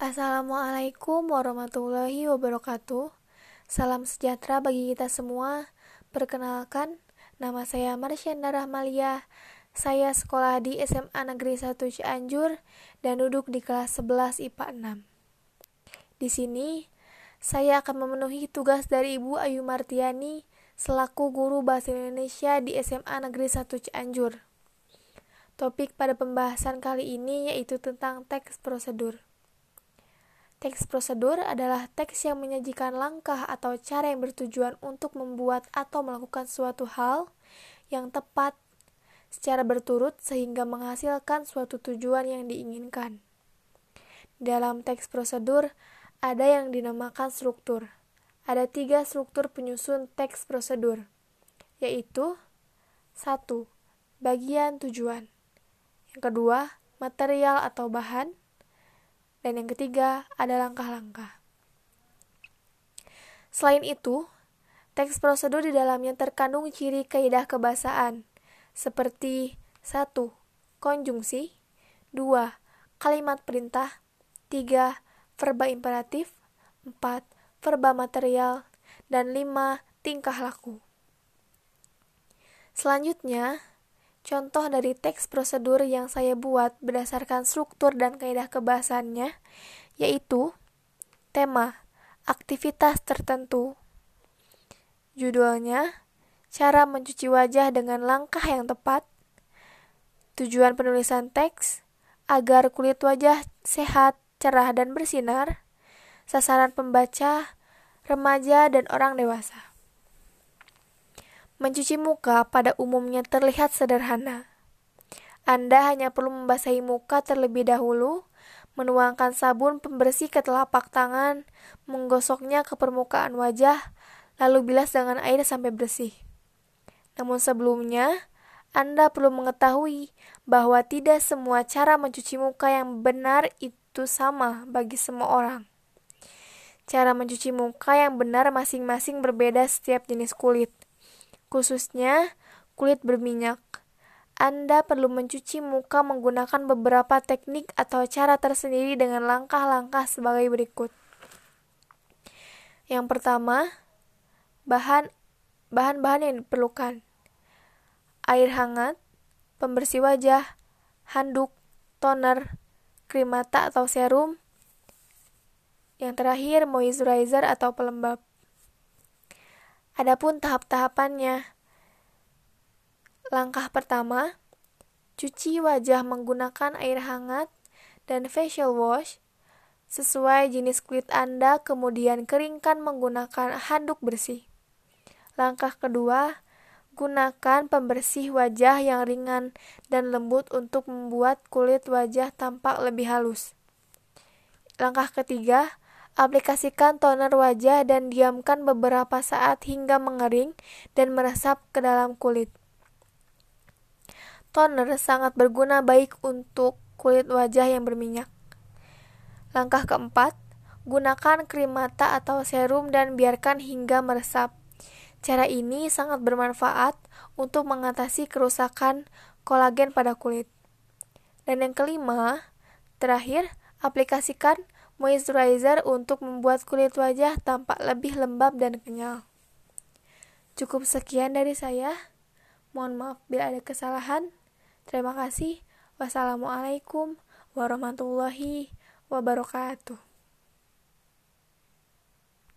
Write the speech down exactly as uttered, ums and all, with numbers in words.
Assalamualaikum warahmatullahi wabarakatuh. Salam sejahtera bagi kita semua. Perkenalkan, nama saya Marsyanda Rahmalia. Saya sekolah di S M A Negeri satu Cianjur dan duduk di kelas sebelas I P A enam. Di sini, saya akan memenuhi tugas dari Ibu Ayu Martiani selaku guru Bahasa Indonesia di S M A Negeri satu Cianjur. Topik pada pembahasan kali ini yaitu tentang teks prosedur. Teks prosedur adalah teks yang menyajikan langkah atau cara yang bertujuan untuk membuat atau melakukan suatu hal yang tepat secara berturut sehingga menghasilkan suatu tujuan yang diinginkan. Dalam teks prosedur, ada yang dinamakan struktur. Ada tiga struktur penyusun teks prosedur, yaitu satu. Bagian tujuan. Yang kedua, material atau bahan. Dan yang ketiga, ada langkah-langkah. Selain itu, teks prosedur di dalamnya terkandung ciri kaidah kebahasaan, seperti satu. Konjungsi, dua. Kalimat perintah, tiga. Verba imperatif, empat. Verba material, dan lima. Tingkah laku. Selanjutnya, contoh dari teks prosedur yang saya buat berdasarkan struktur dan kaidah kebahasaannya, yaitu tema, aktivitas tertentu. Judulnya, cara mencuci wajah dengan langkah yang tepat. Tujuan penulisan teks, agar kulit wajah sehat, cerah, dan bersinar. Sasaran pembaca, remaja dan orang dewasa. Mencuci muka pada umumnya terlihat sederhana. Anda hanya perlu membasahi muka terlebih dahulu, menuangkan sabun pembersih ke telapak tangan, menggosoknya ke permukaan wajah, lalu bilas dengan air sampai bersih. Namun sebelumnya, Anda perlu mengetahui bahwa tidak semua cara mencuci muka yang benar itu sama bagi semua orang. Cara mencuci muka yang benar masing-masing berbeda setiap jenis kulit. Khususnya kulit berminyak. Anda perlu mencuci muka menggunakan beberapa teknik atau cara tersendiri dengan langkah-langkah sebagai berikut. Yang pertama, bahan bahan-bahan yang diperlukan. Air hangat, pembersih wajah, handuk, toner, krim mata atau serum. Yang terakhir, moisturizer atau pelembab. Adapun tahap-tahapannya. Langkah pertama, cuci wajah menggunakan air hangat dan facial wash sesuai jenis kulit Anda, kemudian keringkan menggunakan handuk bersih. Langkah kedua, gunakan pembersih wajah yang ringan dan lembut untuk membuat kulit wajah tampak lebih halus. Langkah ketiga, aplikasikan toner wajah dan diamkan beberapa saat hingga mengering dan meresap ke dalam kulit. Toner sangat berguna baik untuk kulit wajah yang berminyak. Langkah keempat, gunakan krim mata atau serum dan biarkan hingga meresap. Cara ini sangat bermanfaat untuk mengatasi kerusakan kolagen pada kulit. Dan yang kelima, terakhir, aplikasikan moisturizer untuk membuat kulit wajah tampak lebih lembab dan kenyal. Cukup sekian dari saya. Mohon maaf bila ada kesalahan. Terima kasih. Wassalamualaikum warahmatullahi wabarakatuh.